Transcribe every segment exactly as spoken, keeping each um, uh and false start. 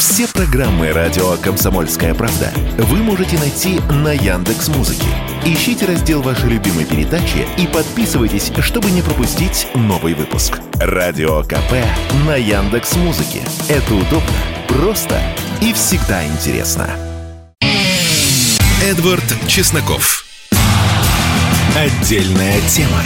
Все программы радио «Комсомольская правда» вы можете найти на Яндекс.Музыке. Ищите раздел вашей любимой передачи и подписывайтесь, чтобы не пропустить новый выпуск. Радио КП на Яндекс.Музыке. Это удобно, просто и всегда интересно. Эдвард Чесноков. Отдельная тема.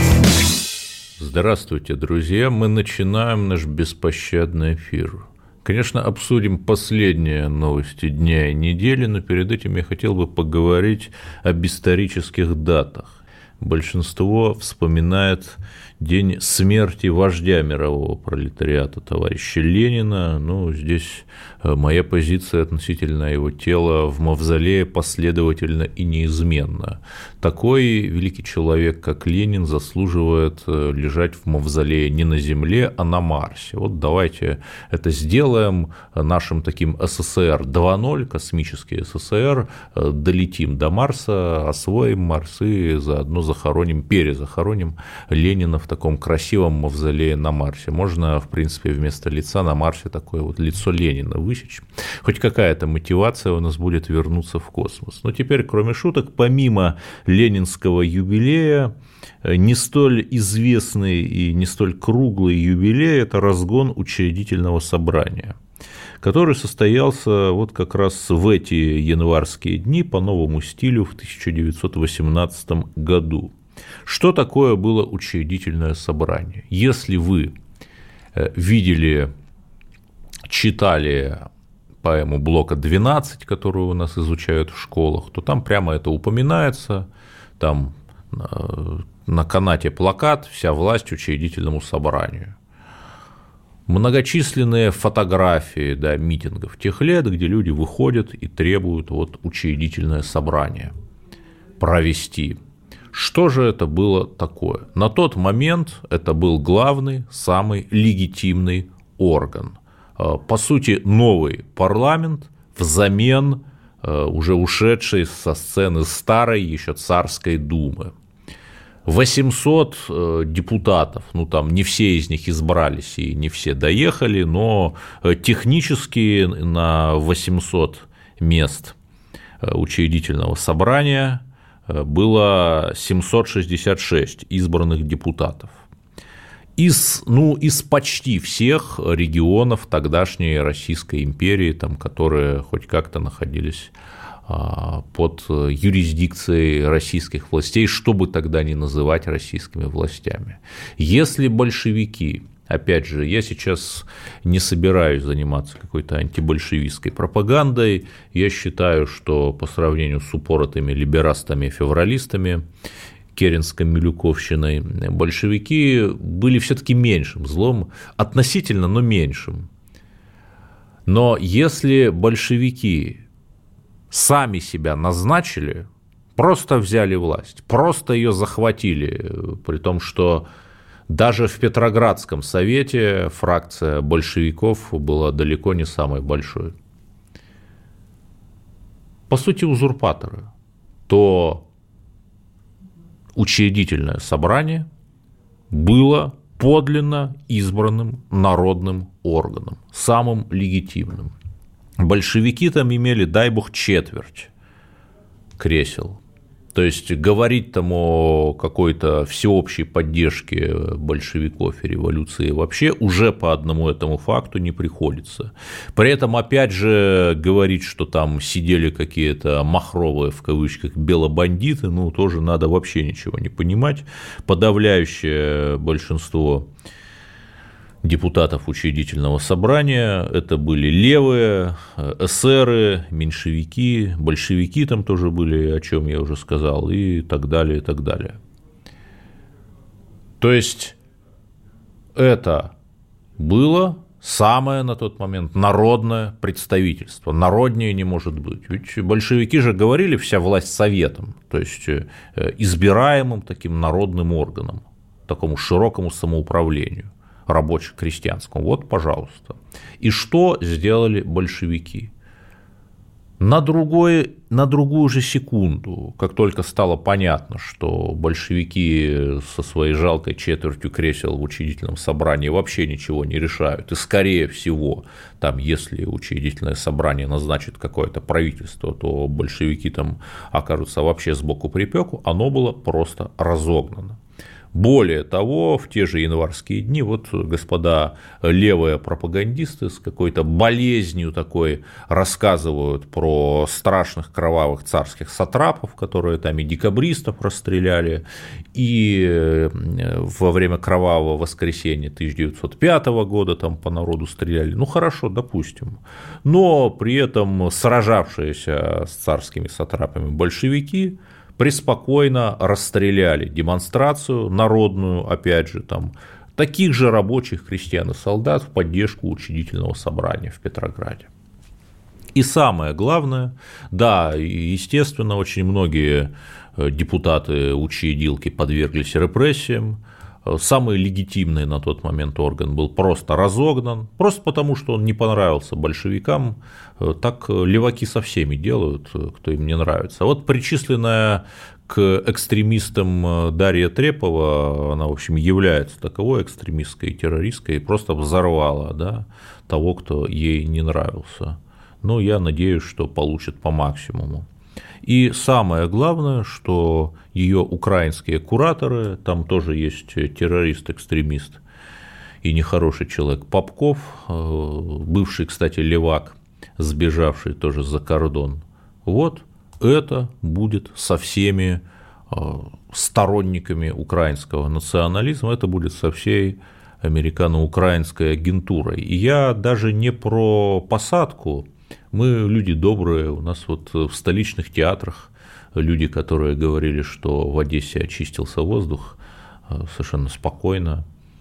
Здравствуйте, друзья. Мы начинаем наш беспощадный эфир. Конечно, обсудим последние новости дня и недели, но перед этим я хотел бы поговорить об исторических датах. Большинство вспоминает день смерти вождя мирового пролетариата, товарища Ленина. Ну, здесь моя позиция относительно его тела в мавзолее последовательна и неизменна. Такой великий человек, как Ленин, заслуживает лежать в мавзолее не на Земле, а на Марсе. Вот давайте это сделаем нашим таким СССР два ноль, космический СССР, долетим до Марса, освоим Марс и заодно захороним, перезахороним Ленина в таком красивом мавзолее на Марсе. Можно, в принципе, вместо лица на Марсе такое вот лицо Ленина высечь. Хоть какая-то мотивация у нас будет вернуться в космос. Но теперь, кроме шуток, помимо ленинского юбилея, не столь известный и не столь круглый юбилей – это разгон учредительного собрания, который состоялся вот как раз в эти январские дни по новому стилю в тысяча девятьсот восемнадцатом году. Что такое было учредительное собрание? Если вы видели, читали поэму Блока двенадцать, которую у нас изучают в школах, то там прямо это упоминается, там на канате плакат «Вся власть учредительному собранию». Многочисленные фотографии, да, митингов тех лет, где люди выходят и требуют вот учредительное собрание провести. Что же это было такое? На тот момент это был главный, самый легитимный орган. По сути, новый парламент взамен уже ушедшей со сцены старой еще царской думы. восемьсот депутатов, ну там не все из них избрались и не все доехали, но технически на восемьсот мест учредительного собрания было семьсот шестьдесят шесть избранных депутатов. Из, ну, из почти всех регионов тогдашней Российской империи, там, которые хоть как-то находились под юрисдикцией российских властей, что бы тогда ни называть российскими властями. Если большевики, опять же, я сейчас не собираюсь заниматься какой-то антибольшевистской пропагандой, я считаю, что по сравнению с упоротыми либерастами, февралистами, керенско-милюковщиной, большевики были все-таки меньшим злом, относительно, но меньшим. Но если большевики сами себя назначили, просто взяли власть, просто ее захватили, при том, что даже в Петроградском совете фракция большевиков была далеко не самой большой. По сути, узурпаторы. То учредительное собрание было подлинно избранным народным органом, самым легитимным. Большевики там имели, дай бог, четверть кресел. То есть говорить там о какой-то всеобщей поддержке большевиков и революции вообще уже по одному этому факту не приходится. При этом, опять же, говорить, что там сидели какие-то махровые, в кавычках, белобандиты, ну, тоже надо вообще ничего не понимать. Подавляющее большинство депутатов учредительного собрания это были левые, эсеры, меньшевики, большевики там тоже были, о чем я уже сказал, и так далее, и так далее. То есть это было самое на тот момент народное представительство, народнее не может быть. Ведь большевики же говорили «вся власть советом», то есть избираемым таким народным органом, такому широкому самоуправлению рабоче-крестьянскому. Вот, пожалуйста. И что сделали большевики? На, другой, на другую же секунду, как только стало понятно, что большевики со своей жалкой четвертью кресел в учредительном собрании вообще ничего не решают, и, скорее всего, там, если учредительное собрание назначит какое-то правительство, то большевики там окажутся вообще сбоку припеку, оно было просто разогнано. Более того, в те же январские дни вот господа левые пропагандисты с какой-то болезнью такой рассказывают про страшных кровавых царских сатрапов, которые там и декабристов расстреляли, и во время кровавого воскресенья тысяча девятьсот пятого года там по народу стреляли. Ну хорошо, допустим. Но при этом сражавшиеся с царскими сатрапами большевики преспокойно расстреляли демонстрацию народную, опять же, там, таких же рабочих, крестьян и солдат в поддержку учредительного собрания в Петрограде. И самое главное, да, естественно, очень многие депутаты учредилки подверглись репрессиям. Самый легитимный на тот момент орган был просто разогнан, просто потому, что он не понравился большевикам. Так леваки со всеми делают, кто им не нравится. Вот причисленная к экстремистам Дарья Трепова, она, в общем, является таковой экстремистской и террористской, и просто взорвала, да, того, кто ей не нравился. Но я надеюсь, что получит по максимуму. И самое главное, что ее украинские кураторы, там тоже есть террорист-экстремист и нехороший человек Попков, бывший, кстати, левак, сбежавший тоже за кордон. Вот это будет со всеми сторонниками украинского национализма, это будет со всей американо-украинской агентурой. И я даже не про посадку. Мы люди добрые, у нас вот в столичных театрах люди, которые говорили, что в Одессе очистился воздух, совершенно спокойно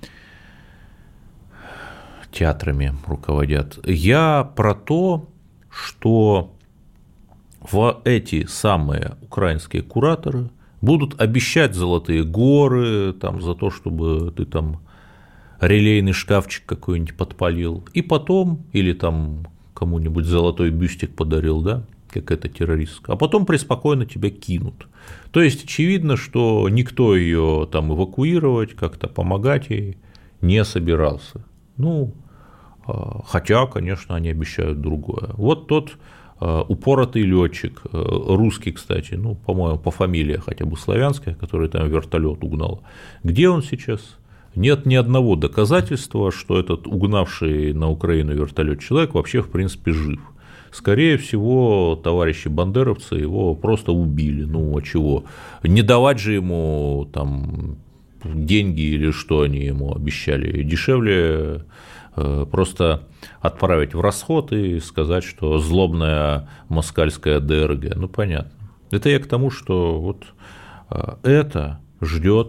театрами руководят. Я про то, что в эти самые украинские кураторы будут обещать золотые горы там, за то, чтобы ты там релейный шкафчик какой-нибудь подпалил, и потом, или там кому-нибудь золотой бюстик подарил, да, как это террористка, а потом преспокойно тебя кинут. То есть очевидно, что никто ее там эвакуировать, как-то помогать ей не собирался. Ну, хотя, конечно, они обещают другое. Вот тот упоротый летчик, русский, кстати, ну, по-моему, по фамилии хотя бы славянская, который там вертолет угнал. Где он сейчас? Нет ни одного доказательства, что этот угнавший на Украину вертолет человек вообще в принципе жив. Скорее всего, товарищи бандеровцы его просто убили. Ну, а чего? Не давать же ему там деньги или что они ему обещали. Дешевле просто отправить в расход и сказать, что злобная москальская ДРГ. Ну, понятно. Это я к тому, что вот это ждет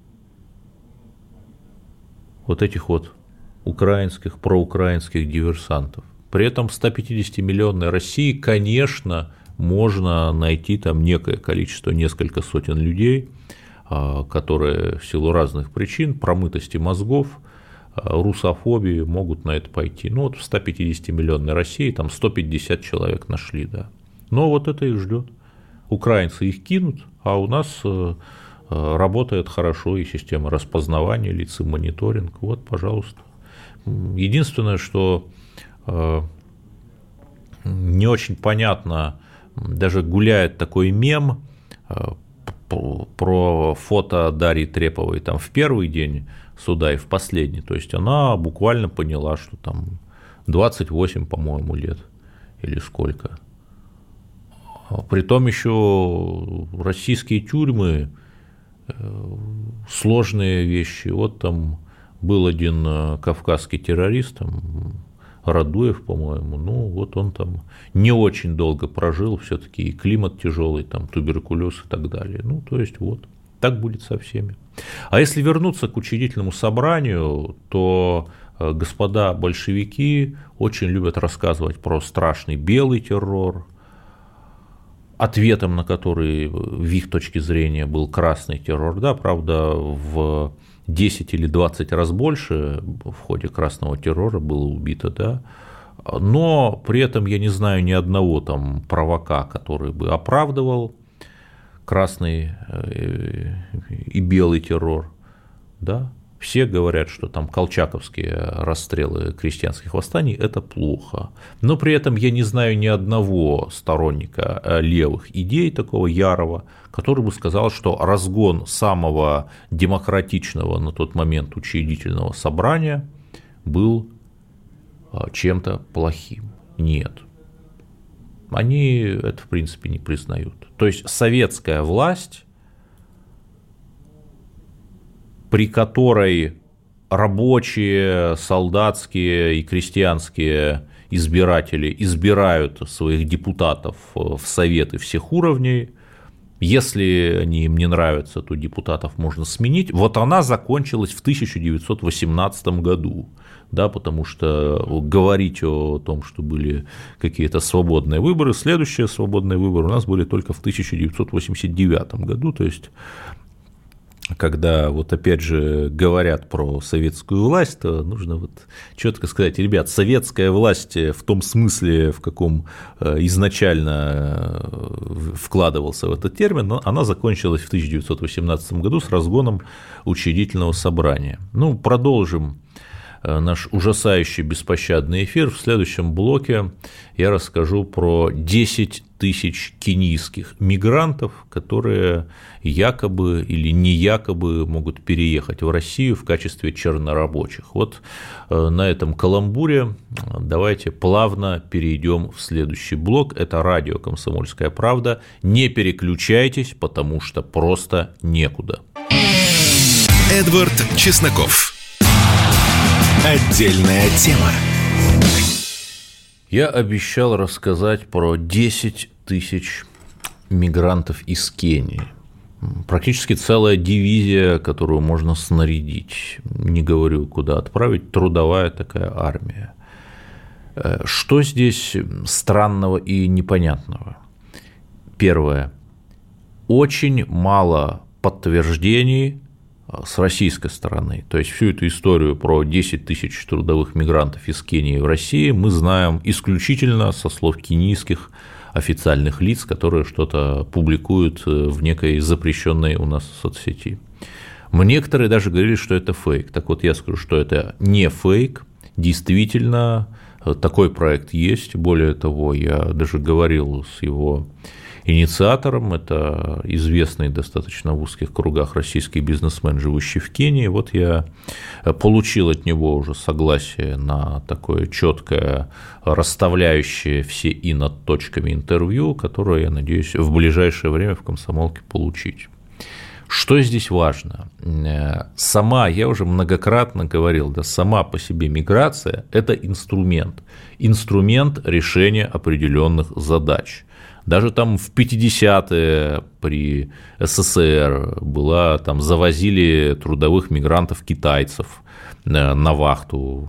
вот этих вот украинских, проукраинских диверсантов. При этом в ста пятидесятимиллионной России, конечно, можно найти там некое количество, несколько сотен людей, которые в силу разных причин, промытости мозгов, русофобии могут на это пойти. Ну вот в ста пятидесятимиллионной России там сто пятьдесят человек нашли, да. Но вот это их ждет. Украинцы их кинут, а у нас работает хорошо и система распознавания лиц, и мониторинг. Вот, пожалуйста. Единственное, что не очень понятно, даже гуляет такой мем про фото Дарьи Треповой там в первый день суда и в последний. То есть она буквально поняла, что там двадцать восемь, по-моему, лет или сколько. Притом еще российские тюрьмы, сложные вещи. Вот там был один кавказский террорист, там, Радуев, по-моему, ну вот он там не очень долго прожил, все-таки и климат тяжелый, там туберкулез и так далее. Ну, то есть вот так будет со всеми. А если вернуться к учредительному собранию, то господа большевики очень любят рассказывать про страшный белый террор, ответом на который в их точке зрения был красный террор, да, правда, в десять или двадцать раз больше в ходе красного террора было убито, да, но при этом я не знаю ни одного там правака, который бы оправдывал красный и белый террор, да. Все говорят, что там колчаковские расстрелы крестьянских восстаний – это плохо. Но при этом я не знаю ни одного сторонника левых идей, такого ярого, который бы сказал, что разгон самого демократичного на тот момент учредительного собрания был чем-то плохим. Нет. Они это, в принципе, не признают. То есть советская власть, при которой рабочие, солдатские и крестьянские избиратели избирают своих депутатов в советы всех уровней, если они им не нравятся, то депутатов можно сменить. Вот она закончилась в тысяча девятьсот восемнадцатом году, да, потому что говорить о том, что были какие-то свободные выборы, следующие свободные выборы у нас были только в тысяча девятьсот восемьдесят девятом году, то есть когда вот опять же говорят про советскую власть, то нужно вот четко сказать: ребят, советская власть в том смысле, в каком изначально вкладывался в этот термин, она закончилась в тысяча девятьсот восемнадцатом году с разгоном учредительного собрания. Ну, продолжим наш ужасающий беспощадный эфир. В следующем блоке я расскажу про десять тысяч кенийских мигрантов, которые якобы или не якобы могут переехать в Россию в качестве чернорабочих. Вот на этом каламбуре давайте плавно перейдем в следующий блок. Это радио «Комсомольская правда». Не переключайтесь, потому что просто некуда. Эдвард Чесноков. Отдельная тема. Я обещал рассказать про десять тысяч мигрантов из Кении. Практически целая дивизия, которую можно снарядить. Не говорю, куда отправить, трудовая такая армия. Что здесь странного и непонятного? Первое. Очень мало подтверждений с российской стороны. То есть всю эту историю про десять тысяч трудовых мигрантов из Кении в России мы знаем исключительно со слов кенийских официальных лиц, которые что-то публикуют в некой запрещенной у нас соцсети. Некоторые даже говорили, что это фейк. Так вот, я скажу, что это не фейк. Действительно, такой проект есть. Более того, я даже говорил с его инициатором, это известный достаточно в узких кругах российский бизнесмен, живущий в Кении. Вот я получил от него уже согласие на такое четкое, расставляющее все «и» над точками интервью, которое, я надеюсь, в ближайшее время в «Комсомолке» получить. Что здесь важно? Сама, я уже многократно говорил, да, сама по себе миграция – это инструмент, инструмент решения определенных задач. Даже там в пятидесятые при СССР была, там завозили трудовых мигрантов-китайцев на вахту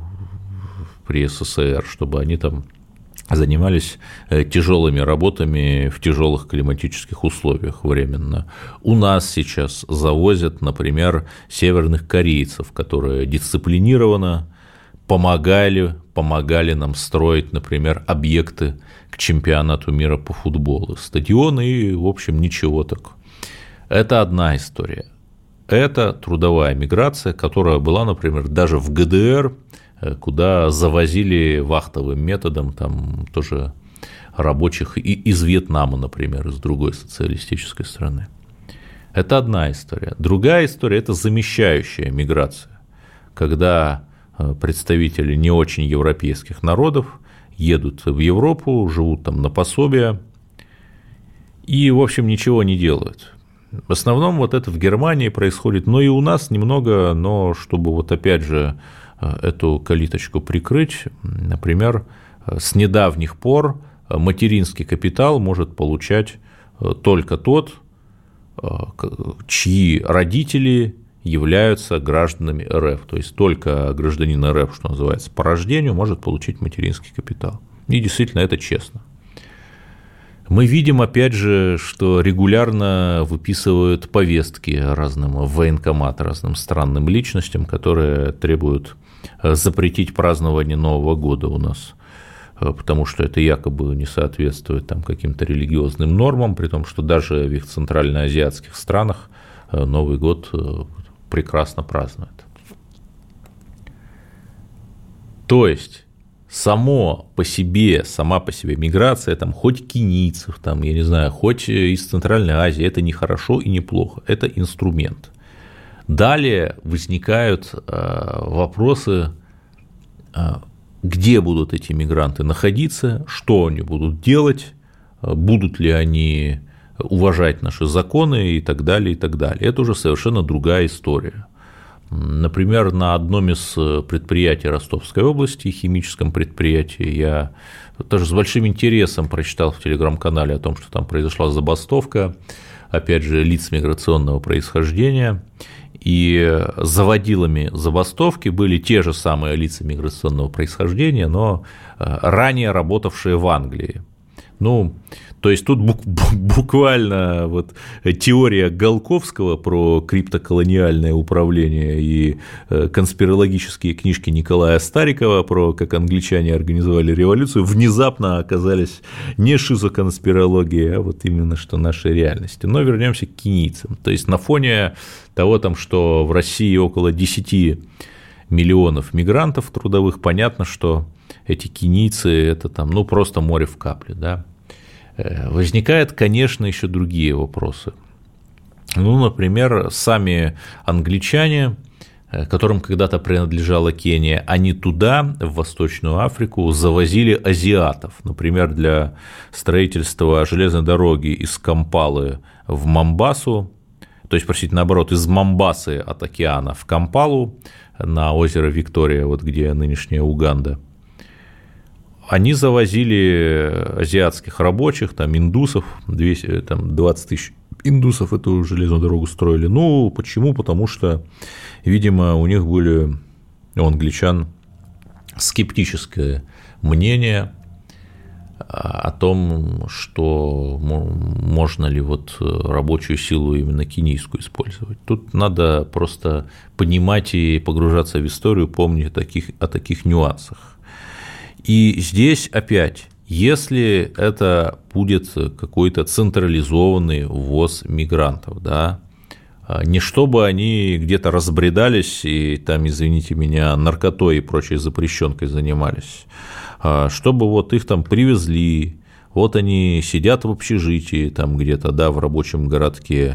при СССР, чтобы они там занимались тяжелыми работами в тяжелых климатических условиях временно. У нас сейчас завозят, например, северных корейцев, которые дисциплинированно помогали, помогали нам строить, например, объекты к чемпионату мира по футболу, стадионы и, в общем, ничего так. Это одна история. Это трудовая миграция, которая была, например, даже в ГДР, куда завозили вахтовым методом там тоже рабочих и из Вьетнама, например, из другой социалистической страны. Это одна история. Другая история – это замещающая миграция, когда представители не очень европейских народов едут в Европу, живут там на пособия и, в общем, ничего не делают. В основном вот это в Германии происходит, но и у нас немного, но чтобы вот опять же эту калиточку прикрыть, например, с недавних пор материнский капитал может получать только тот, чьи родители являются гражданами РФ, то есть только гражданин РФ, что называется, по рождению может получить материнский капитал. И действительно это честно. Мы видим, опять же, что регулярно выписывают повестки разным в военкомат, разным странным личностям, которые требуют запретить празднование Нового года у нас потому что это якобы не соответствует там каким-то религиозным нормам, при том, что даже в их центральноазиатских странах Новый год прекрасно празднуют. То есть само по себе, сама по себе миграция, там, хоть кенийцев, там, я не знаю, хоть из Центральной Азии, это не хорошо и не плохо, это инструмент. Далее возникают вопросы, где будут эти мигранты находиться, что они будут делать, будут ли они уважать наши законы и так далее, и так далее. Это уже совершенно другая история. Например, на одном из предприятий Ростовской области, химическом предприятии, я тоже с большим интересом прочитал в телеграм-канале о том, что там произошла забастовка, опять же, лиц миграционного происхождения, и заводилами забастовки были те же самые лица миграционного происхождения, но ранее работавшие в Англии. Ну, то есть тут буквально вот теория Голковского про криптоколониальное управление и конспирологические книжки Николая Старикова про как англичане организовали революцию внезапно оказались не шизоконспирологией, а вот именно что нашей реальности. Но вернемся к кенийцам. То есть на фоне того, там, что в России около десять миллионов мигрантов трудовых, понятно, что эти кенийцы – это там, ну, просто море в капле, да. Возникают, конечно, еще другие вопросы. Ну, например, сами англичане, которым когда-то принадлежала Кения, они туда, в Восточную Африку, завозили азиатов. Например, для строительства железной дороги из Кампалы в Момбасу, то есть, простите, наоборот, из Момбасы от океана в Кампалу на озеро Виктория, вот где нынешняя Уганда. Они завозили азиатских рабочих, там, индусов, двести, там, двадцать тысяч индусов эту железную дорогу строили. Ну, почему? Потому что, видимо, у них были, у англичан, скептическое мнение о том, что можно ли вот рабочую силу именно кенийскую использовать. Тут надо просто понимать и погружаться в историю, помнить о таких, о таких нюансах. И здесь опять, если это будет какой-то централизованный ввоз мигрантов, да, не чтобы они где-то разбредались и там, извините меня, наркотой и прочей запрещенкой занимались, а чтобы вот их там привезли, вот они сидят в общежитии там где-то, да, в рабочем городке,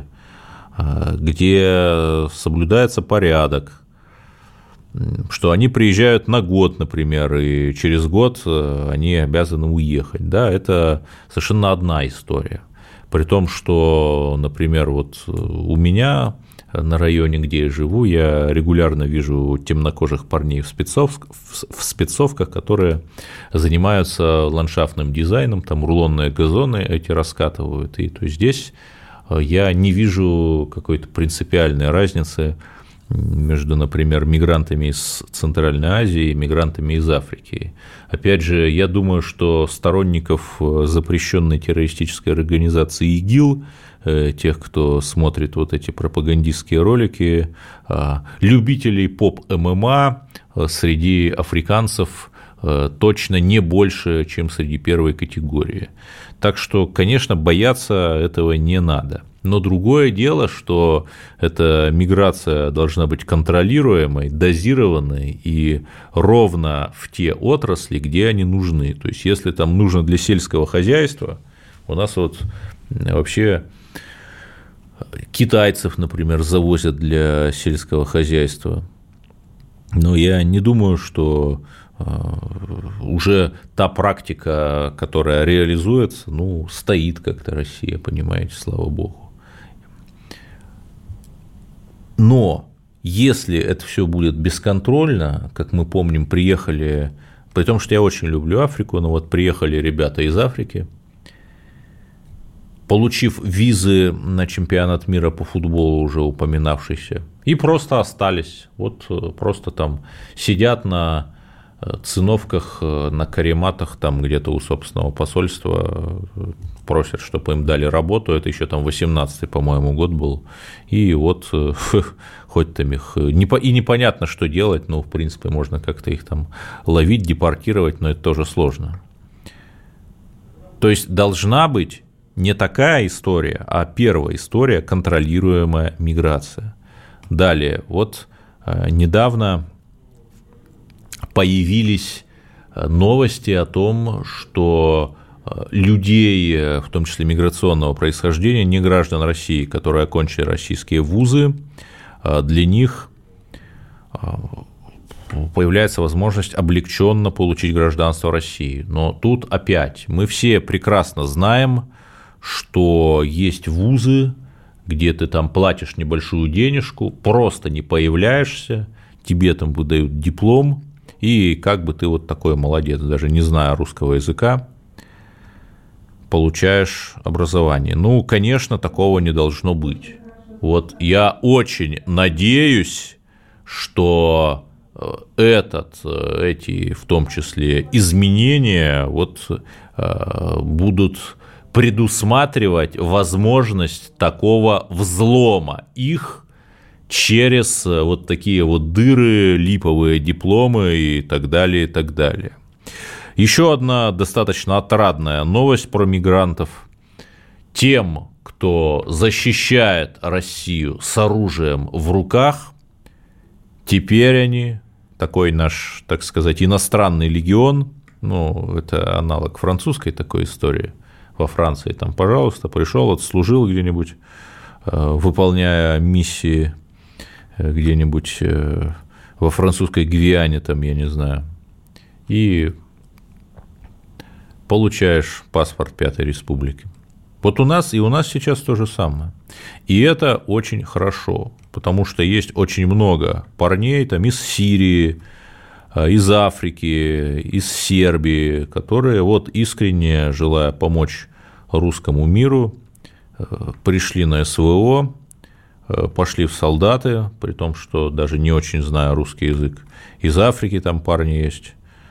где соблюдается порядок, что они приезжают на год, например, и через год они обязаны уехать, да, это совершенно одна история. При том, что, например, вот у меня на районе, где я живу, я регулярно вижу темнокожих парней в, спецов... в спецовках, которые занимаются ландшафтным дизайном, там рулонные газоны эти раскатывают, и то есть здесь я не вижу какой-то принципиальной разницы между, например, мигрантами из Центральной Азии и мигрантами из Африки. Опять же, я думаю, что сторонников запрещенной террористической организации ИГИЛ, тех, кто смотрит вот эти пропагандистские ролики, любителей поп-ММА среди африканцев точно не больше, чем среди первой категории. Так что, конечно, бояться этого не надо. Но другое дело, что эта миграция должна быть контролируемой, дозированной и ровно в те отрасли, где они нужны. То есть, если там нужно для сельского хозяйства, у нас вот вообще китайцев, например, завозят для сельского хозяйства. Но я не думаю, что уже та практика, которая реализуется, ну, стоит как-то Россия, понимаете, слава богу. Но если это все будет бесконтрольно, как мы помним, приехали, при том, что я очень люблю Африку, но вот приехали ребята из Африки, получив визы на чемпионат мира по футболу, уже упоминавшийся, и просто остались, вот просто там сидят на циновках, на карематах там где-то у собственного посольства, просят, чтобы им дали работу, это еще там восемнадцатый, по-моему, год был, и вот хоть там их, и непонятно, что делать, но, в принципе, можно как-то их там ловить, депортировать, но это тоже сложно. То есть должна быть не такая история, а первая история – контролируемая миграция. Далее, вот недавно появились новости о том, что людей, в том числе миграционного происхождения, не граждан России, которые окончили российские вузы, для них появляется возможность облегченно получить гражданство России. Но тут опять мы все прекрасно знаем, что есть вузы, где ты там платишь небольшую денежку, просто не появляешься, тебе там выдают диплом, и как бы ты вот такой молодец, даже не зная русского языка, получаешь образование. Ну, конечно, такого не должно быть. Вот я очень надеюсь, что этот, эти, в том числе, изменения вот, будут предусматривать возможность такого взлома их через вот такие вот дыры, липовые дипломы и так далее, и так далее. Еще одна достаточно отрадная новость про мигрантов. Тем, кто защищает Россию с оружием в руках, теперь они, такой наш, так сказать, иностранный легион, ну, это аналог французской такой истории, во Франции, там, пожалуйста, пришел, отслужил где-нибудь, выполняя миссии где-нибудь во французской Гвиане, там, я не знаю, и получаешь паспорт Пятой Республики. Вот у нас и у нас сейчас то же самое. И это очень хорошо, потому что есть очень много парней там, из Сирии, из Африки, из Сербии, которые вот искренне, желая помочь русскому миру, пришли на СВО, пошли в солдаты, при том, что даже не очень зная русский язык. Из Африки там парни есть.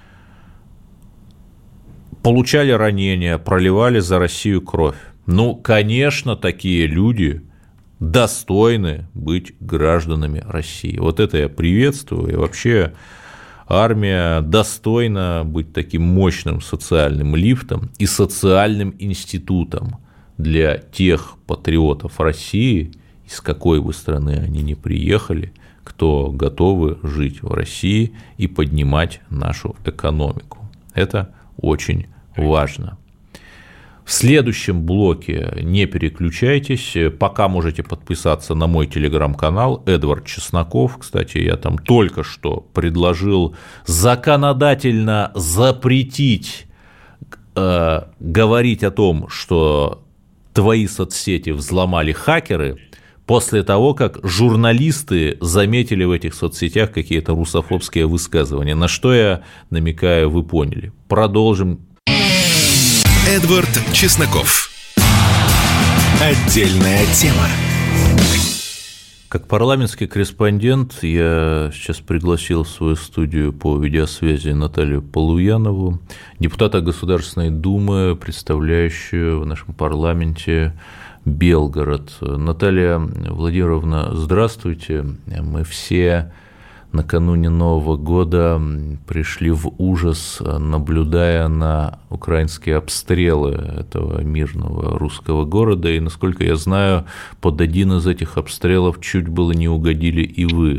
Получали ранения, проливали за Россию кровь. Ну, конечно, такие люди достойны быть гражданами России. Вот это я приветствую. И вообще армия достойна быть таким мощным социальным лифтом и социальным институтом для тех патриотов России, из какой бы страны они ни приехали, кто готовы жить в России и поднимать нашу экономику. Это очень важно. В следующем блоке не переключайтесь, пока можете подписаться на мой телеграм-канал Эдвард Чесноков. Кстати, я там только что предложил законодательно запретить э, говорить о том, что твои соцсети взломали хакеры, после того, как журналисты заметили в этих соцсетях какие-то русофобские высказывания. На что я намекаю, вы поняли. Продолжим. Эдвард Чесноков. Отдельная тема. Как парламентский корреспондент я сейчас пригласил в свою студию по видеосвязи Наталью Полуянову, депутата Государственной Думы, представляющую в нашем парламенте Белгород. Наталья Владимировна, здравствуйте. Мы все накануне Нового года пришли в ужас, наблюдая на украинские обстрелы этого мирного русского города, и, насколько я знаю, под один из этих обстрелов чуть было не угодили и вы.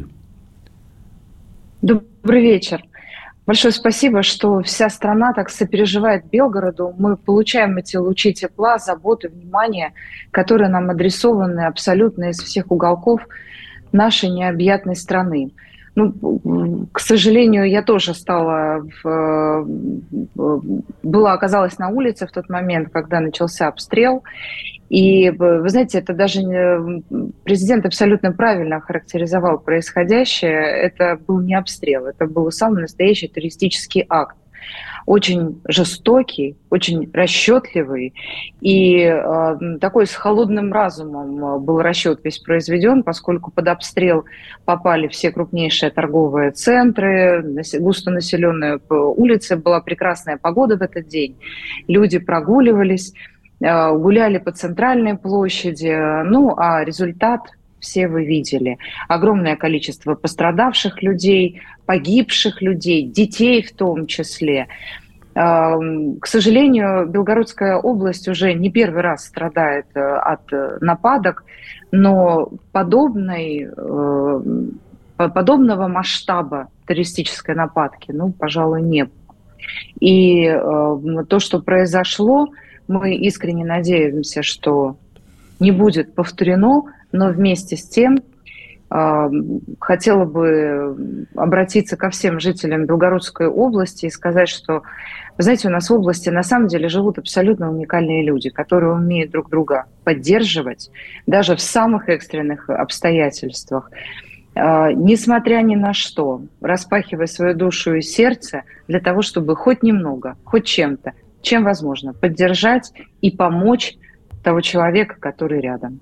Добрый вечер. Большое спасибо, что вся страна так сопереживает Белгороду. Мы получаем эти лучи тепла, заботы, внимания, которые нам адресованы абсолютно из всех уголков нашей необъятной страны. Ну, к сожалению, я тоже стала, в, была, оказалась на улице в тот момент, когда начался обстрел. И, вы знаете, это даже президент абсолютно правильно охарактеризовал происходящее. Это был не обстрел, это был самый настоящий террористический акт. Очень жестокий, очень расчетливый, и э, такой с холодным разумом был расчет весь произведен, поскольку под обстрел попали все крупнейшие торговые центры, густонаселенные улицы, была прекрасная погода в этот день, люди прогуливались, э, гуляли по центральной площади, ну а результат все вы видели. Огромное количество пострадавших людей, погибших людей, детей в том числе. К сожалению, Белгородская область уже не первый раз страдает от нападок, но подобной, подобного масштаба террористической нападки, ну, пожалуй, не было. И то, что произошло, мы искренне надеемся, что не будет повторено, но вместе с тем хотела бы обратиться ко всем жителям Белгородской области и сказать, что, вы знаете, у нас в области на самом деле живут абсолютно уникальные люди, которые умеют друг друга поддерживать, даже в самых экстренных обстоятельствах, несмотря ни на что, распахивая свою душу и сердце для того, чтобы хоть немного, хоть чем-то, чем возможно, поддержать и помочь того человека, который рядом.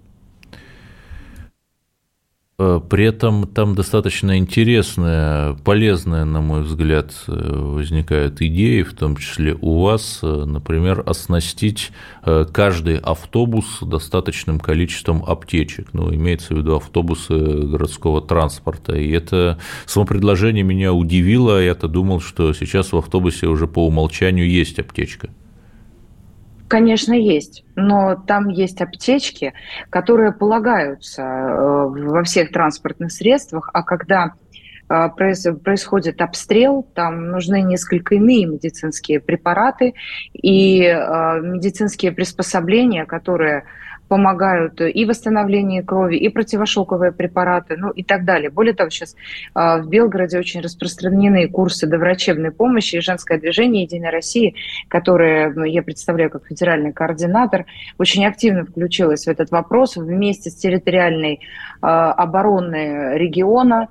При этом там достаточно интересная, полезная, на мой взгляд, возникают идеи, в том числе у вас, например, оснастить каждый автобус достаточным количеством аптечек, ну, имеется в виду автобусы городского транспорта, и это само предложение меня удивило, я-то думал, что сейчас в автобусе уже по умолчанию есть аптечка. Конечно, есть, но там есть аптечки, которые полагаются во всех транспортных средствах, а когда происходит обстрел, там нужны несколько иные медицинские препараты и медицинские приспособления, которые помогают и восстановлению крови, и противошоковые препараты, ну и так далее. Более того, сейчас в Белгороде очень распространены курсы доврачебной помощи, и женское движение «Единой России», которое я представляю как федеральный координатор, очень активно включилось в этот вопрос вместе с территориальной обороной региона.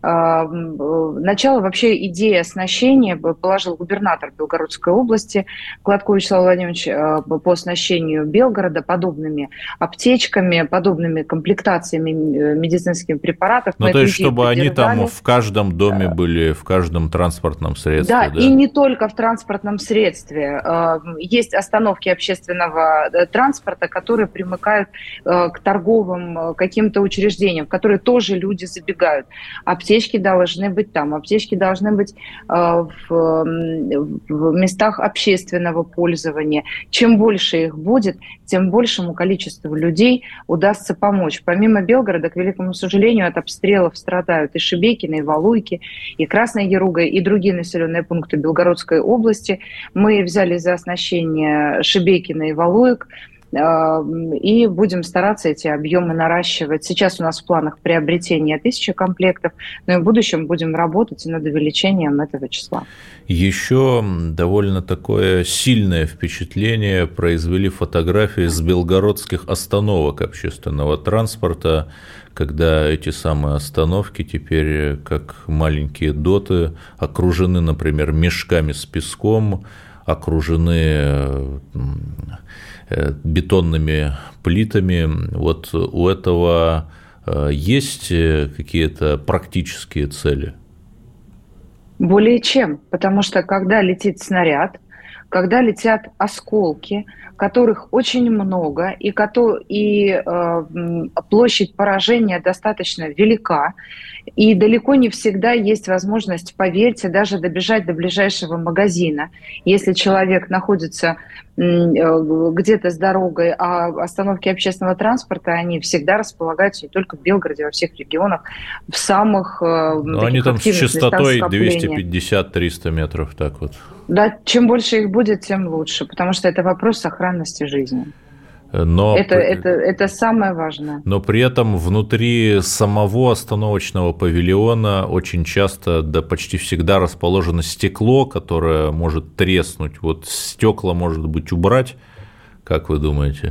Начало вообще идеи оснащения положил губернатор Белгородской области Гладков Вячеслав Владимирович по оснащению Белгорода подобными аптечками, подобными комплектациями медицинских препаратов. Ну, то есть, чтобы они там в каждом доме были, в каждом транспортном средстве. Да, да, и не только в транспортном средстве. Есть остановки общественного транспорта, которые примыкают к торговым каким-то учреждениям, в которые тоже люди забегают. Аптечки должны быть там, аптечки должны быть э, в, в местах общественного пользования. Чем больше их будет, тем большему количеству людей удастся помочь. Помимо Белгорода, к великому сожалению, от обстрелов страдают и Шебекино, и Валуйки, и Красная Яруга, и другие населенные пункты Белгородской области. Мы взяли за оснащение Шебекино и Валуек, и будем стараться эти объемы наращивать. Сейчас у нас в планах приобретение тысячи комплектов, но и в будущем будем работать над увеличением этого числа. Еще довольно такое сильное впечатление произвели фотографии с белгородских остановок общественного транспорта, когда эти самые остановки теперь, как маленькие доты, окружены, например, мешками с песком, окружены бетонными плитами. Вот у этого есть какие-то практические цели? Более чем, потому что когда летит снаряд, когда летят осколки, которых очень много, и, и э, площадь поражения достаточно велика, и далеко не всегда есть возможность, поверьте, даже добежать до ближайшего магазина. Если человек находится где-то с дорогой, а остановки общественного транспорта, они всегда располагаются не только в Белгороде, а во всех регионах, в самых Но они там с частотой двести пятьдесят - триста метров, так вот. Да, чем больше их будет, тем лучше, потому что это вопрос сохранности жизни. Но, это, это, это самое важное. Но при этом внутри самого остановочного павильона очень часто, да почти всегда расположено стекло, которое может треснуть. Вот стекла, может быть, убрать, как вы думаете?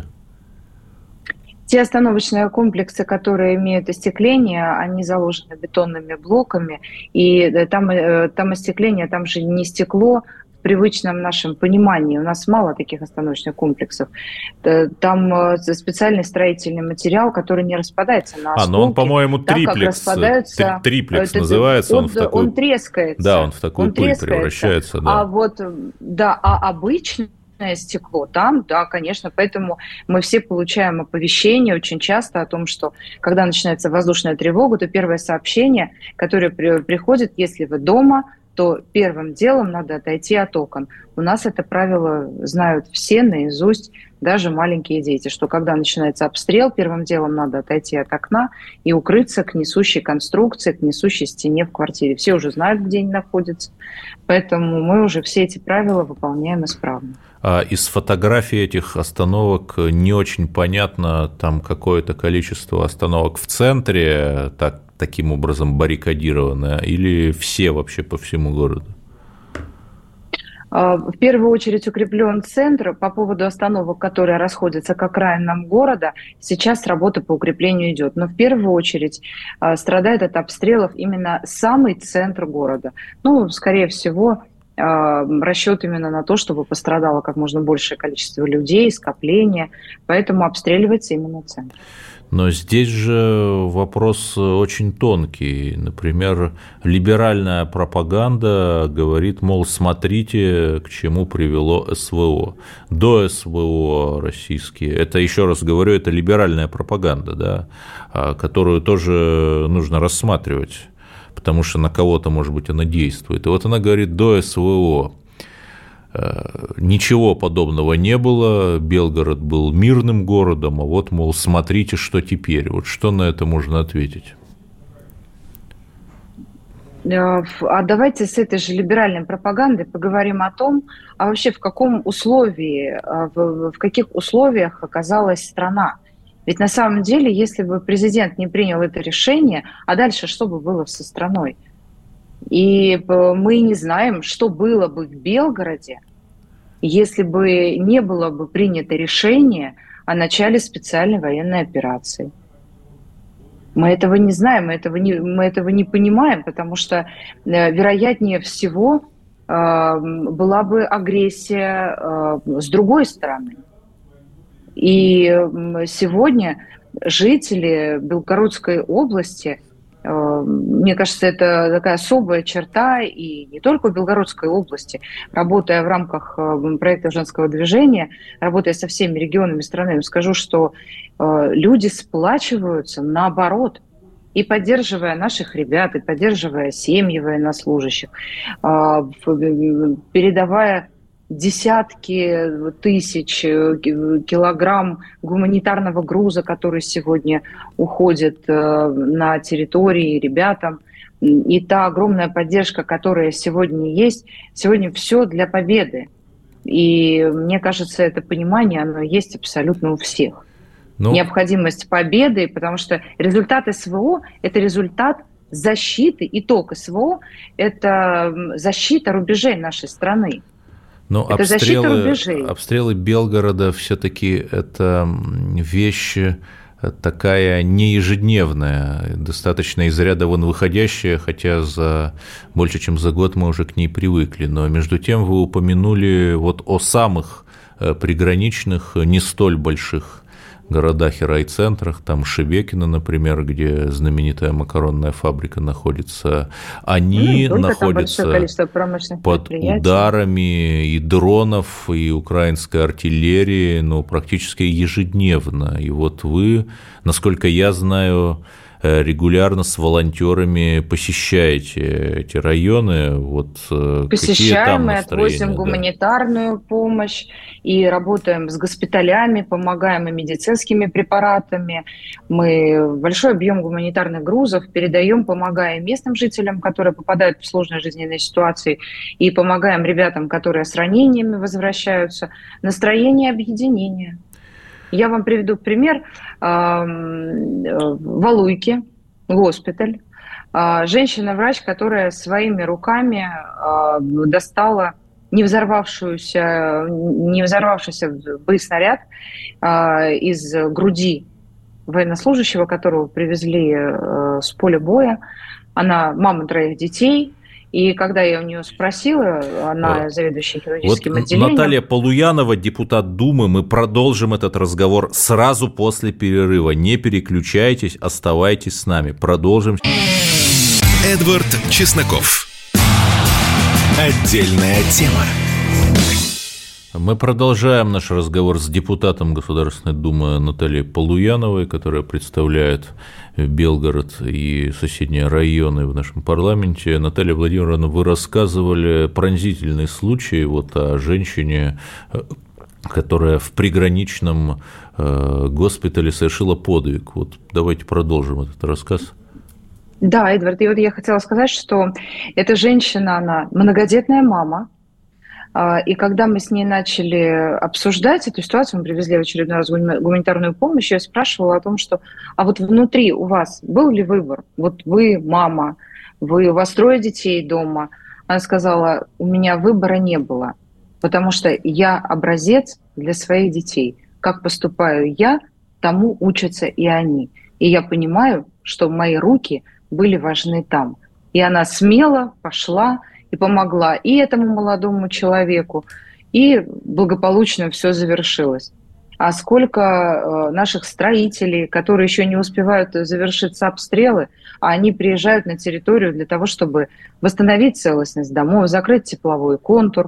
Те остановочные комплексы, которые имеют остекление, они заложены бетонными блоками, и там, там остекление, там же не стекло, в привычном нашем понимании. У нас мало таких остановочных комплексов. Там специальный строительный материал, который не распадается на осколки. А, но он, по-моему, триплекс. Распадаются... Триплекс это, называется. Он, он, в такой... он трескается. Да, он в такую он пыль трескается. превращается. Да. А вот, да, а обычно стекло там, да, конечно, поэтому мы все получаем оповещение очень часто о том, что когда начинается воздушная тревога, то первое сообщение, которое при, приходит, если вы дома, то первым делом надо отойти от окон. у нас это правило знают все наизусть, даже маленькие дети, что когда начинается обстрел, первым делом надо отойти от окна и укрыться к несущей конструкции, к несущей стене в квартире. Все уже знают, где они находятся, поэтому мы уже все эти правила выполняем исправно. А из фотографий этих остановок не очень понятно, там какое-то количество остановок в центре, так, таким образом баррикадировано, или все вообще по всему городу? В первую очередь укреплен центр. По поводу остановок, которые расходятся к окраинам города, сейчас работа по укреплению идет. Но в первую очередь страдает от обстрелов именно самый центр города. Ну, скорее всего, расчет именно на то, чтобы пострадало как можно большее количество людей, скопления. Поэтому обстреливается именно центр. Но здесь же вопрос очень тонкий. Например, либеральная пропаганда говорит, мол, смотрите, к чему привело СВО. До СВО российские, это, еще раз говорю, это либеральная пропаганда, да, которую тоже нужно рассматривать, потому что на кого-то, может быть, она действует. И вот она говорит, до СВО ничего подобного не было, Белгород был мирным городом, а вот, мол, смотрите, что теперь. Вот что на это можно ответить? А давайте с этой же либеральной пропагандой поговорим о том, а вообще в каком условии, в, в каких условиях оказалась страна. Ведь на самом деле, если бы президент не принял это решение, а дальше что бы было со страной? И мы не знаем, что было бы в Белгороде, если бы не было бы принято решение о начале специальной военной операции. Мы этого не знаем, мы этого не, мы этого не понимаем, потому что, вероятнее всего, была бы агрессия с другой стороны. И сегодня жители Белгородской области, мне кажется, это такая особая черта, и не только в Белгородской области, работая в рамках проекта «Женского движения», работая со всеми регионами страны, скажу, что люди сплачиваются наоборот, и поддерживая наших ребят, и поддерживая семьи военнослужащих, передавая десятки тысяч килограмм гуманитарного груза, который сегодня уходит на территории ребятам, и та огромная поддержка, которая сегодня есть, сегодня все для победы. И мне кажется, это понимание, оно есть абсолютно у всех. Ну... Необходимость победы, потому что результат СВО – это результат защиты, итог СВО – это защита рубежей нашей страны. Но это обстрелы, обстрелы Белгорода все-таки это вещь такая не ежедневная, достаточно из ряда вон выходящая, хотя за больше чем за год мы уже к ней привыкли. Но между тем вы упомянули вот о самых приграничных, не столь больших городах и райцентрах, там Шебекино, например, где знаменитая макаронная фабрика находится, они ну, находятся под ударами и дронов, и украинской артиллерии, ну, практически ежедневно. И вот вы, насколько я знаю, регулярно с волонтерами посещаете эти районы. Вот посещаем, мы отвозим да? гуманитарную помощь и работаем с госпиталями, помогаем и медицинскими препаратами. Мы большой объем гуманитарных грузов передаем, помогая местным жителям, которые попадают в сложные жизненные ситуации, и помогаем ребятам, которые с ранениями возвращаются. Настроение объединения. Я вам приведу пример. В Валуйке, госпиталь, женщина-врач, которая своими руками достала не взорвавшуюся, не взорвавшийся боеснаряд из груди военнослужащего, которого привезли с поля боя. Она мама троих детей. И когда я у нее спросила, она заведующая хирургическим вот отделением... Наталья Полуянова, депутат Думы, мы продолжим этот разговор сразу после перерыва. Не переключайтесь, оставайтесь с нами. Продолжим. Эдвард Чесноков. Отдельная тема. Мы продолжаем наш разговор с депутатом Государственной Думы Натальей Полуяновой, которая представляет Белгород и соседние районы в нашем парламенте. Наталья Владимировна, вы рассказывали пронзительный случай вот о женщине, которая в приграничном госпитале совершила подвиг. Вот давайте продолжим этот рассказ. Да, Эдвард, и вот я хотела сказать, что эта женщина, она многодетная мама. И когда мы с ней начали обсуждать эту ситуацию, мы привезли в очередной раз гуманитарную помощь, я спрашивала о том, что а вот внутри у вас был ли выбор? Вот вы мама, вы, у вас трое детей дома. Она сказала, у меня выбора не было, потому что я образец для своих детей. Как поступаю я, тому учатся и они. И я понимаю, что мои руки были важны там. И она смело пошла и помогла и этому молодому человеку, и благополучно все завершилось. А сколько наших строителей, которые еще не успевают завершиться обстрелы, а они приезжают на территорию для того, чтобы восстановить целостность домов, закрыть тепловой контур.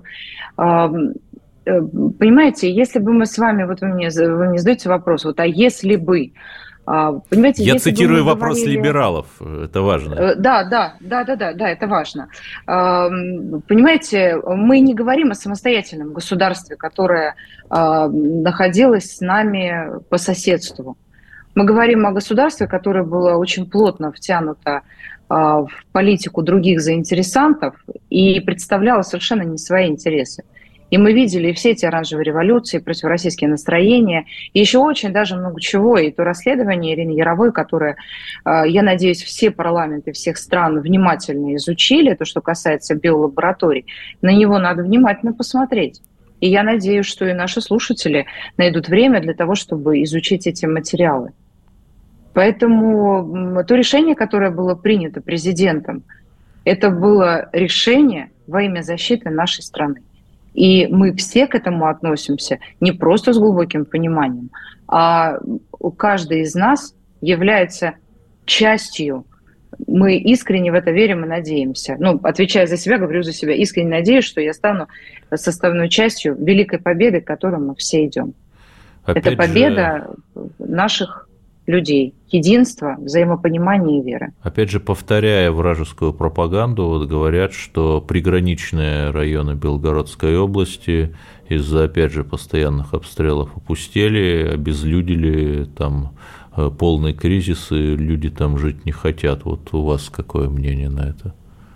Понимаете, если бы мы с вами, вот вы мне, вы мне задаете вопрос, вот, а если бы, понимаете, я цитирую вопрос говорили... либералов, это важно. Да, да, да, да, да, да, это важно. Понимаете, мы не говорим о самостоятельном государстве, которое находилось с нами по соседству. Мы говорим о государстве, которое было очень плотно втянуто в политику других заинтересантов и представляло совершенно не свои интересы. И мы видели все эти оранжевые революции, противороссийские настроения, и еще очень даже много чего. И то расследование Ирины Яровой, которое, я надеюсь, все парламенты всех стран внимательно изучили, то, что касается биолабораторий, на него надо внимательно посмотреть. И я надеюсь, что и наши слушатели найдут время для того, чтобы изучить эти материалы. Поэтому то решение, которое было принято президентом, это было решение во имя защиты нашей страны. И мы все к этому относимся не просто с глубоким пониманием, а каждый из нас является частью. Мы искренне в это верим и надеемся. Ну, отвечая за себя, говорю за себя, искренне надеюсь, что я стану составной частью великой победы, к которой мы все идем. Опять это победа же... наших людей, единство, взаимопонимание и вера. Опять же, повторяя вражескую пропаганду, вот говорят, что приграничные районы Белгородской области из-за, опять же, постоянных обстрелов опустели, обезлюдили, там полный кризис, и люди там жить не хотят. Вот у вас какое мнение на это?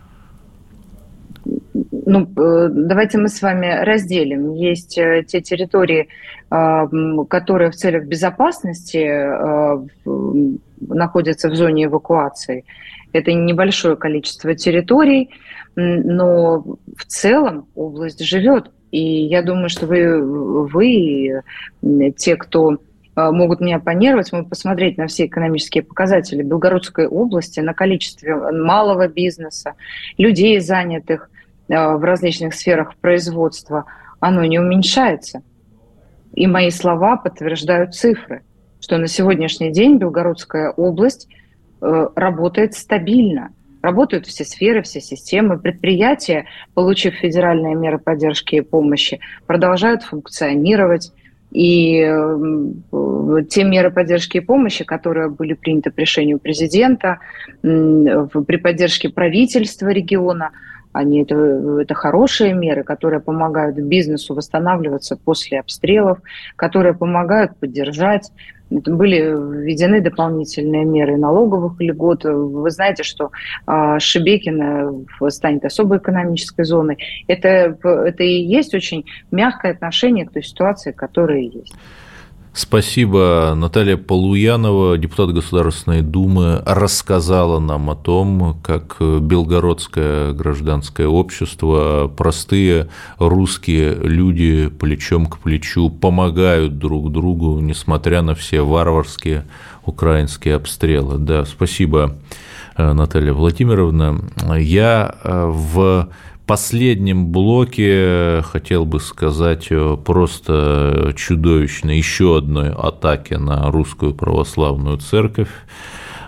Ну, давайте мы с вами разделим. Есть те территории, которые в целях безопасности находятся в зоне эвакуации. Это небольшое количество территорий, но в целом область живет. И я думаю, что вы, вы те, кто могут меня оппонировать, могут посмотреть на все экономические показатели Белгородской области, на количество малого бизнеса, людей, занятых в различных сферах производства, оно не уменьшается. И мои слова подтверждают цифры, что на сегодняшний день Белгородская область работает стабильно. Работают все сферы, все системы. Предприятия, получив федеральные меры поддержки и помощи, продолжают функционировать. И те меры поддержки и помощи, которые были приняты по решению президента, при поддержке правительства региона, Они, это, это хорошие меры, которые помогают бизнесу восстанавливаться после обстрелов, которые помогают поддержать. Были введены дополнительные меры налоговых льгот. Вы знаете, что Шебекино станет особой экономической зоной. Это, это и есть очень мягкое отношение к той ситуации, которая есть. Спасибо. Наталья Полуянова, депутат Государственной Думы, рассказала нам о том, как белгородское гражданское общество, простые русские люди плечом к плечу помогают друг другу, несмотря на все варварские украинские обстрелы. Да, спасибо, Наталья Владимировна. Я в В последнем блоке хотел бы сказать о просто чудовищной еще одной атаке на Русскую Православную Церковь.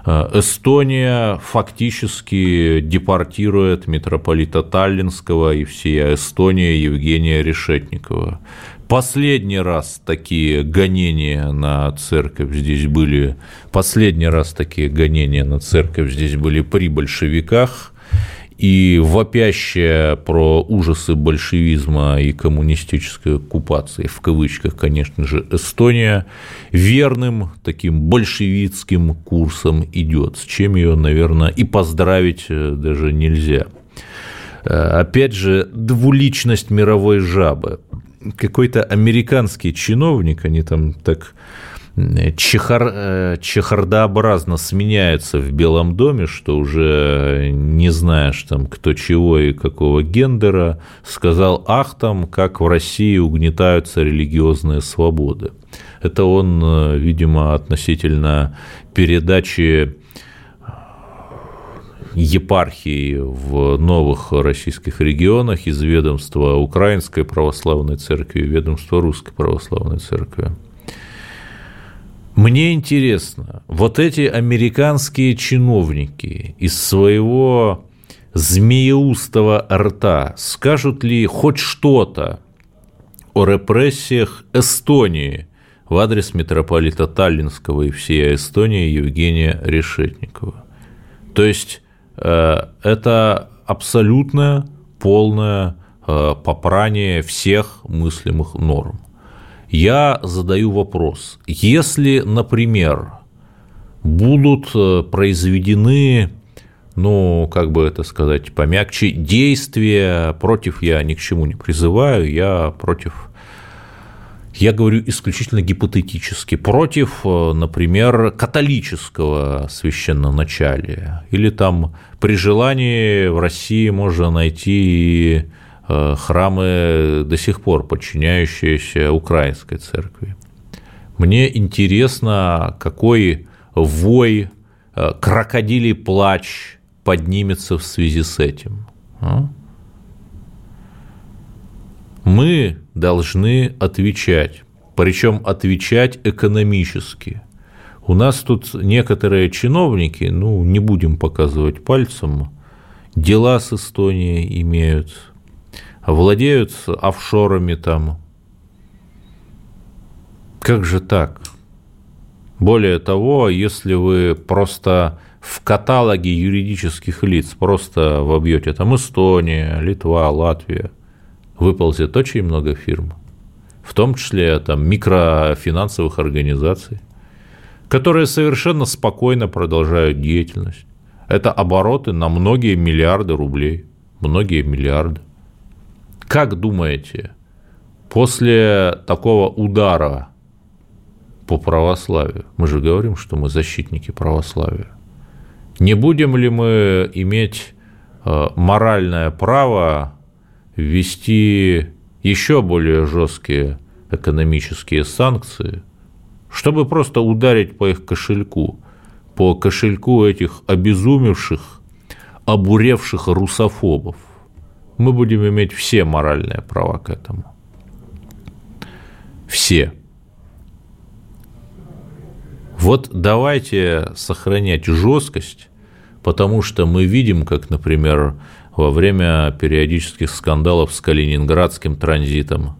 Эстония фактически депортирует митрополита Таллинского и всея Эстонии Евгения Решетникова. Последний раз такие гонения на церковь здесь были, последний раз такие гонения на церковь здесь были при большевиках, и вопящая про ужасы большевизма и коммунистической оккупации, в кавычках, конечно же, Эстония верным таким большевистским курсом идет, с чем ее, наверное, и поздравить даже нельзя. Опять же, двуличность мировой жабы. Какой-то американский чиновник, они там так чехар... чехардообразно сменяются в Белом доме, что уже не знаешь, там, кто чего и какого гендера, сказал: ах, там, как в России угнетаются религиозные свободы. Это он, видимо, относительно передачи епархии в новых российских регионах из ведомства Украинской православной церкви в ведомство Русской православной церкви. Мне интересно, вот эти американские чиновники из своего змееустого рта скажут ли хоть что-то о репрессиях Эстонии в адрес митрополита Таллинского и всей Эстонии Евгения Решетникова? То есть это абсолютное полное попрание всех мыслимых норм. Я задаю вопрос: если, например, будут произведены, ну, как бы это сказать помягче, действия против, я ни к чему не призываю, я против, я говорю исключительно гипотетически, против, например, католического священноначалия, или там при желании в России можно найти храмы, до сих пор подчиняющиеся Украинской церкви. Мне интересно, какой вой, крокодилий плач поднимется в связи с этим. Мы должны отвечать, причем отвечать экономически. У нас тут некоторые чиновники, ну, не будем показывать пальцем, дела с Эстонией имеют, владеют офшорами там. Как же так? Более того, если вы просто в каталоге юридических лиц просто вобьете там Эстония, Литва, Латвия, выползет очень много фирм, в том числе там микрофинансовых организаций, которые совершенно спокойно продолжают деятельность. Это обороты на многие миллиарды рублей, многие миллиарды. Как думаете, после такого удара по православию, мы же говорим, что мы защитники православия, не будем ли мы иметь моральное право ввести еще более жесткие экономические санкции, чтобы просто ударить по их кошельку, по кошельку этих обезумевших, обуревших русофобов? Мы будем иметь все моральные права к этому. Все. Вот давайте сохранять жесткость, потому что мы видим, как, например, во время периодических скандалов с калининградским транзитом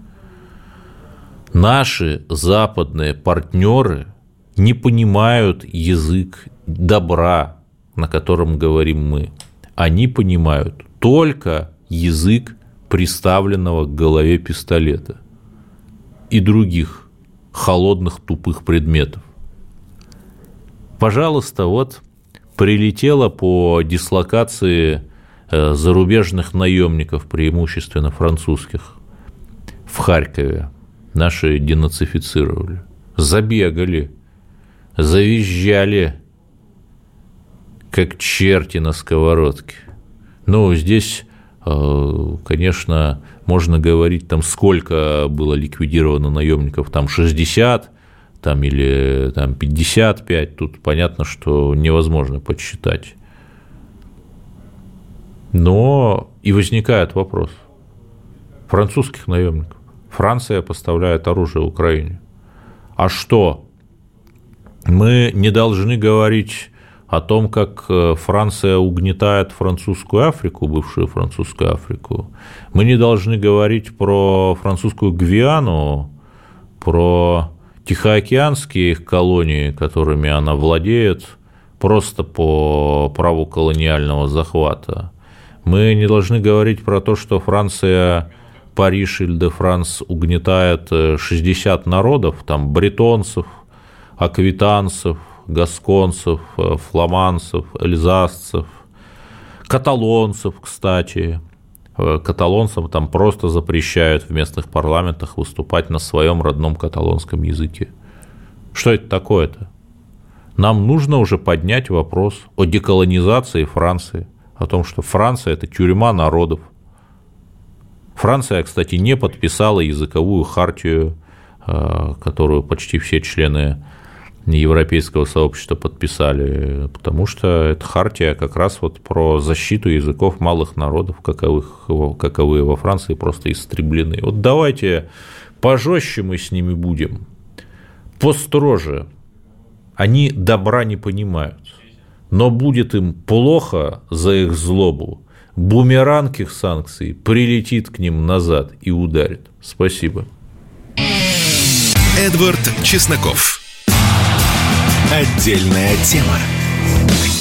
наши западные партнеры не понимают язык добра, на котором говорим мы. Они понимают только язык приставленного к голове пистолета и других холодных тупых предметов. Пожалуйста, вот прилетело по дислокации зарубежных наемников, преимущественно французских, в Харькове. Наши денацифицировали, забегали, завизжали, как черти на сковородке. Ну, здесь, конечно, можно говорить, там, сколько было ликвидировано наемников, там шестьдесят, там, или там, пятьдесят пять, тут понятно, что невозможно подсчитать. Но и возникает вопрос. Французских наемников. Франция поставляет оружие Украине. А что, Мы не должны говорить о том, как Франция угнетает французскую Африку, бывшую французскую Африку. Мы не должны говорить про французскую Гвиану, про тихоокеанские их колонии, которыми она владеет просто по праву колониального захвата. Мы не должны говорить про то, что Франция, Париж, Иль-де-Франс угнетает шестьдесят народов, там бретонцев, аквитанцев, гасконцев, фламандцев, эльзасцев, каталонцев, кстати. Каталонцам там просто запрещают в местных парламентах выступать на своем родном каталонском языке. Что это такое-то? Нам нужно уже поднять вопрос о деколонизации Франции, о том, что Франция – это тюрьма народов. Франция, кстати, не подписала языковую хартию, которую почти все члены европейского сообщества подписали, потому что эта хартия как раз вот про защиту языков малых народов, каковых, каковые во Франции просто истреблены. Вот давайте пожестче мы с ними будем, построже. Они добра не понимают, но будет им плохо за их злобу. Бумеранг их санкций прилетит к ним назад и ударит. Спасибо. Эдвард Чесноков. Отдельная тема.